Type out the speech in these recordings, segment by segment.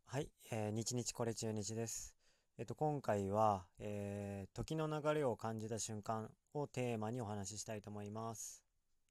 はい、日日これ中日です。今回は、時の流れを感じた瞬間をテーマにお話ししたいと思います。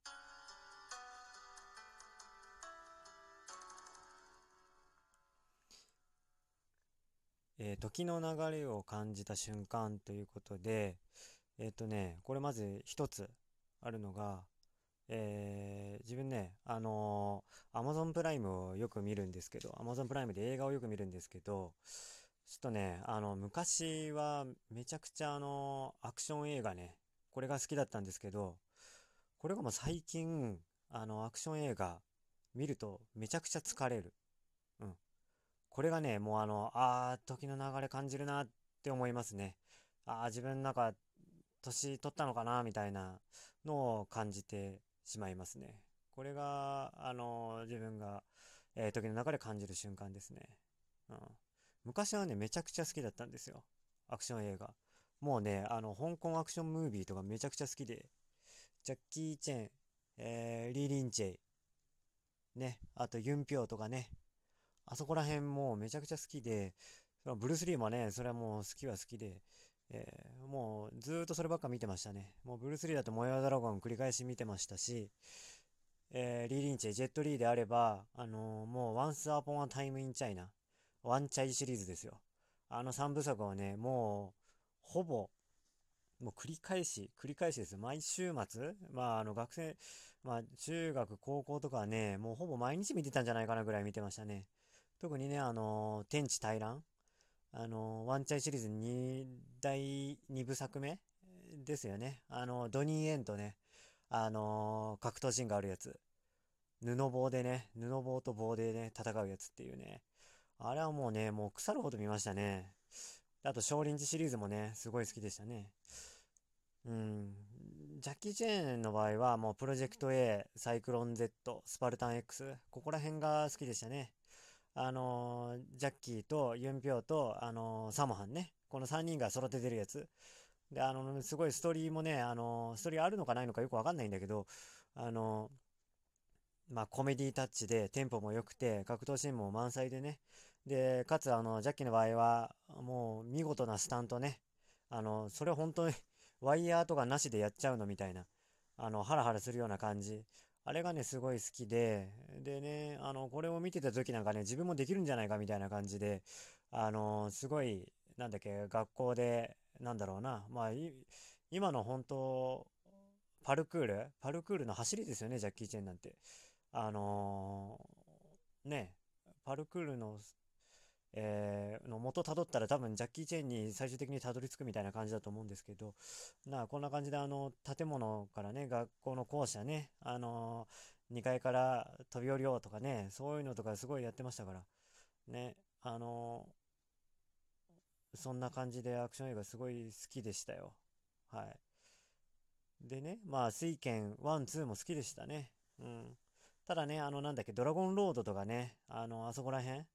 時の流れを感じた瞬間ということで、これまず一つあるのが、自分ね、Amazon プライムをよく見るんですけど、Amazon プライムで映画をよく見るんですけど、ちょっとね、昔はめちゃくちゃアクション映画ね、これが好きだったんですけど、これがもう最近、アクション映画見るとめちゃくちゃ疲れる。うん。これがね、もう時の流れ感じるなって思いますね。自分なんか年取ったのかなみたいなのを感じてしまいますね。これが、自分が、時の流れ感じる瞬間ですね。うん。昔はね、めちゃくちゃ好きだったんですよ。アクション映画。もうね、香港アクションムービーとかめちゃくちゃ好きで、ジャッキー・チェン、リー・リンチェイ、ね、あとユン・ピョウとかね、あそこら辺もうめちゃくちゃ好きで、そのブルース・リーもね、それはもう好きは好きで、もうずーっとそればっか見てましたね。もうブルース・リーだと燃えよドラゴン繰り返し見てましたし、リー・リンチェイ、ジェット・リーであれば、もう Once Upon a Time in China、ワンチャイシリーズですよ。あの3部作をね、もう、ほぼ、もう繰り返しです。毎週末、学生、中学、高校とかはね、もうほぼ毎日見てたんじゃないかなぐらい見てましたね。特にね、天地大乱、ワンチャイシリーズ第2部作目ですよね。ドニー・エンとね、格闘シーンがあるやつ。布棒と棒でね、戦うやつっていうね。あれはもうね、もう腐るほど見ましたね。あと、少林寺シリーズもね、すごい好きでしたね。うん。ジャッキー・チェーンの場合は、もうプロジェクト A、サイクロン Z、スパルタン X、ここら辺が好きでしたね。ジャッキーとユンピョウと、サモハンね。この3人が揃って出るやつ。で、すごいストーリーもね、ストーリーあるのかないのかよくわかんないんだけど、あのコメディタッチでテンポも良くて、格闘シーンも満載でね。で、かつ、ジャッキーの場合は、もう見事なスタントね。それ本当にワイヤーとかなしでやっちゃうのみたいな。ハラハラするような感じ。あれがね、すごい好きで、でね、これを見てた時なんかね、自分もできるんじゃないかみたいな感じで、すごい、なんだっけ、学校で、なんだろうな、今の本当、パルクールの走りですよね、ジャッキー・チェンなんて。あのね、パルクールの、元たどったら多分ジャッキー・チェンに最終的にたどり着くみたいな感じだと思うんですけど、こんな感じで建物からね、学校の校舎ね、2階から飛び降りようとかね、そういうのとかすごいやってましたから、ね、あのそんな感じでアクション映画すごい好きでしたよ。はい。でね、水拳1、2も好きでしたね。うん。ただね、なんだっけ、ドラゴンロードとかね、あそこら辺、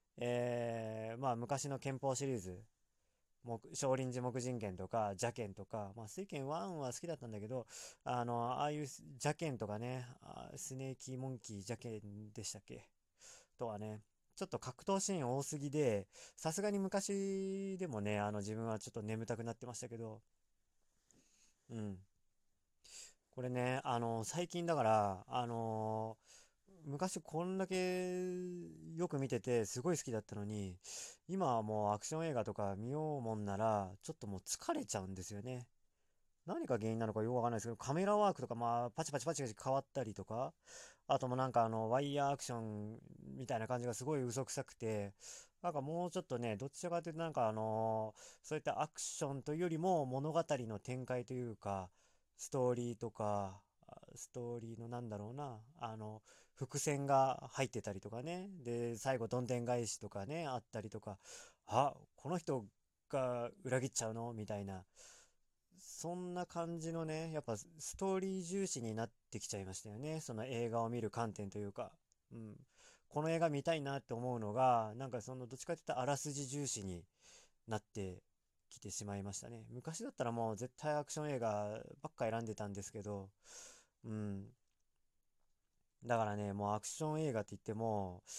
昔の拳法シリーズ、少林寺木人拳とか、邪剣とか、水拳1は好きだったんだけど、ああいう邪剣とかね、スネーキーモンキー邪剣でしたっけとはね、ちょっと格闘シーン多すぎで、さすがに昔でもね、自分はちょっと眠たくなってましたけど、うん。これね、最近だから、昔こんだけよく見ててすごい好きだったのに、今はもうアクション映画とか見ようもんなら、ちょっともう疲れちゃうんですよね。何が原因なのかよくわかんないですけど、カメラワークとかパチパチパチパチ変わったりとか、あともなんかワイヤーアクションみたいな感じがすごい嘘くさくて、なんかもうちょっとね、どちらかというとなんかそういったアクションというよりも物語の展開というか、ストーリーとか、ストーリーのなんだろうな、伏線が入ってたりとかね、で、最後どんでん返しとかね、あったりとか、この人が裏切っちゃうのみたいな、そんな感じのね、やっぱストーリー重視になってきちゃいましたよね。その映画を見る観点というか。うん。この映画見たいなって思うのが、なんかそのどっちかって言ったらあらすじ重視になってきてしまいましたね。昔だったらもう絶対アクション映画ばっか選んでたんですけど、うん。だからね、もうアクション映画って言っても、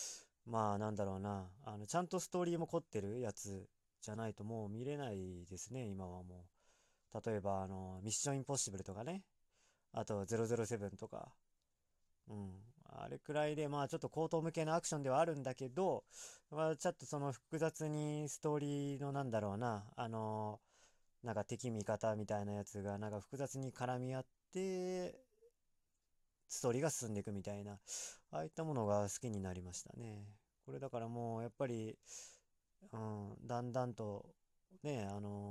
まあなんだろうな、ちゃんとストーリーも凝ってるやつじゃないともう見れないですね、今はもう。例えばミッションインポッシブルとかね、あと007とか、うん。あれくらいで、まあちょっと高等向けのアクションではあるんだけど、まあちょっとその複雑にストーリーのなんだろうな、なんか敵味方みたいなやつがなんか複雑に絡み合って、ストーリーが進んでいくみたいな、ああいったものが好きになりましたね。これだからもうやっぱり、うん、だんだんと、ね、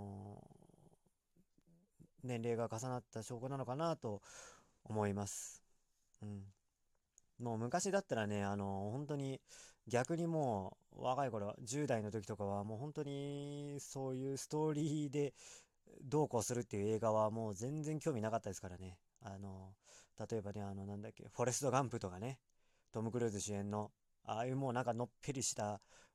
年齢が重なった証拠なのかなと思います。うん。もう昔だったらね、本当に逆にもう若い頃、10代の時とかはもう本当にそういうストーリーでどうこうするっていう映画はもう全然興味なかったですからね。例えばね、なんだっけ、フォレスト・ガンプとかね、トム・クルーズ主演の、ああいうもうなんかのっぺりした、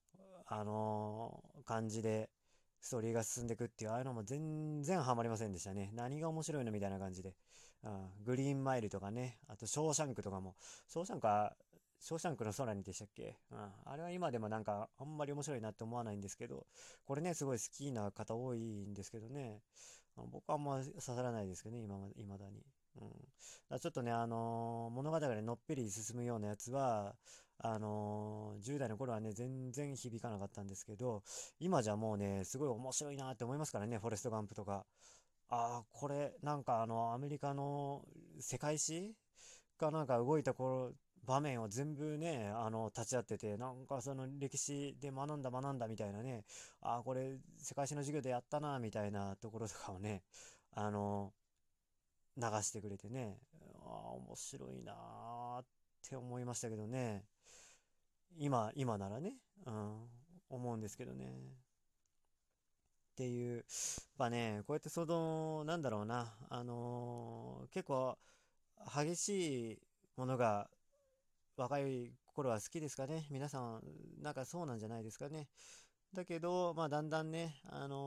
感じで、ストーリーが進んでいくっていう、ああいうのも全然ハマりませんでしたね。何が面白いのみたいな感じで。うん、グリーンマイルとかね、あと、ショーシャンクとかも、ショーシャンクは、ショーシャンクの空にでしたっけ、うん、あれは今でもなんか、あんまり面白いなって思わないんですけど、これね、すごい好きな方多いんですけどね、僕はあんま刺さらないですけどね、未だに。うん。だからちょっとね、物語がのっぺり進むようなやつは、10代の頃はね、全然響かなかったんですけど、今じゃもうね、すごい面白いなって思いますからね、フォレストガンプとか。ああ、これ、なんかアメリカの世界史がなんか動いた場面を全部ね、立ち会ってて、なんかその歴史で学んだみたいなね、ああ、これ世界史の授業でやったな、みたいなところとかをね、あの流してくれてね、ああ、面白いなーって思いましたけどね。今ならね、うん、思うんですけどね。っていう、まあね、こうやってなんだろうな、結構激しいものが若い頃は好きですかね。皆さん、なんかそうなんじゃないですかね。だけど、まあだんだんね、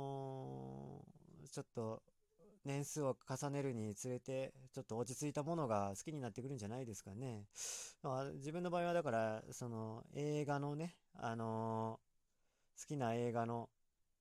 ちょっと年数を重ねるにつれて、ちょっと落ち着いたものが好きになってくるんじゃないですかね。まあ、自分の場合はだから、その映画のね、好きな映画の、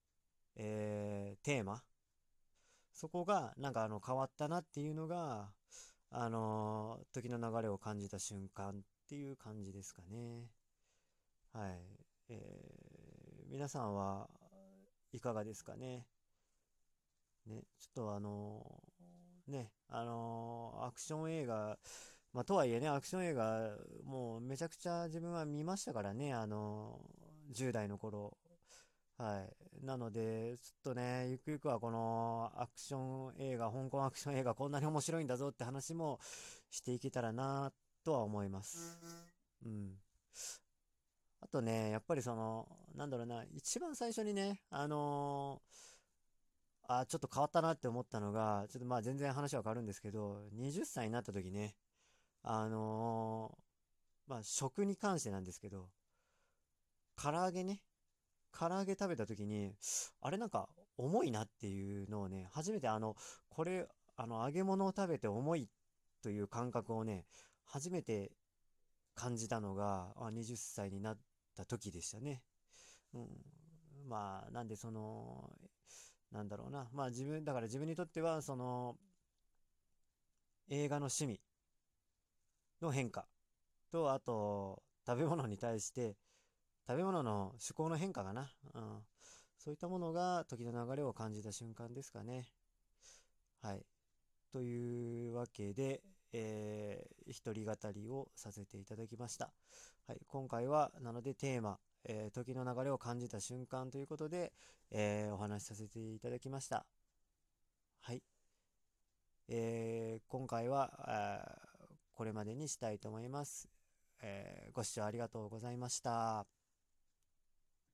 テーマ、そこがなんか変わったなっていうのが、時の流れを感じた瞬間っていう感じですかね。はい。皆さんはいかがですかね。ね、ちょっとね、アクション映画、まあ、とはいえね、アクション映画、もうめちゃくちゃ自分は見ましたからね、10代の頃。はい。なので、ちょっとね、ゆくゆくはこのアクション映画、香港アクション映画、こんなに面白いんだぞって話もしていけたらなとは思います。うん。あとね、やっぱりなんだろうな、一番最初にね、ちょっと変わったなって思ったのが、ちょっとまあ全然話は変わるんですけど、20歳になった時ね、あのまあ食に関してなんですけど、唐揚げね、唐揚げ食べた時に、あれなんか重いなっていうのをね、初めてこれ、揚げ物を食べて重いという感覚をね、初めて感じたのが、20歳になった時でしたね。うん。まあ、なんでなんだろうな。まあだから自分にとっては、映画の趣味の変化と、あと、食べ物に対して、食べ物の趣向の変化かな。うん。そういったものが時の流れを感じた瞬間ですかね。はい。というわけで、一人語りをさせていただきました。はい。今回は、なのでテーマ、時の流れを感じた瞬間ということで、お話しさせていただきました。はい。今回は、これまでにしたいと思います。ご視聴ありがとうございました。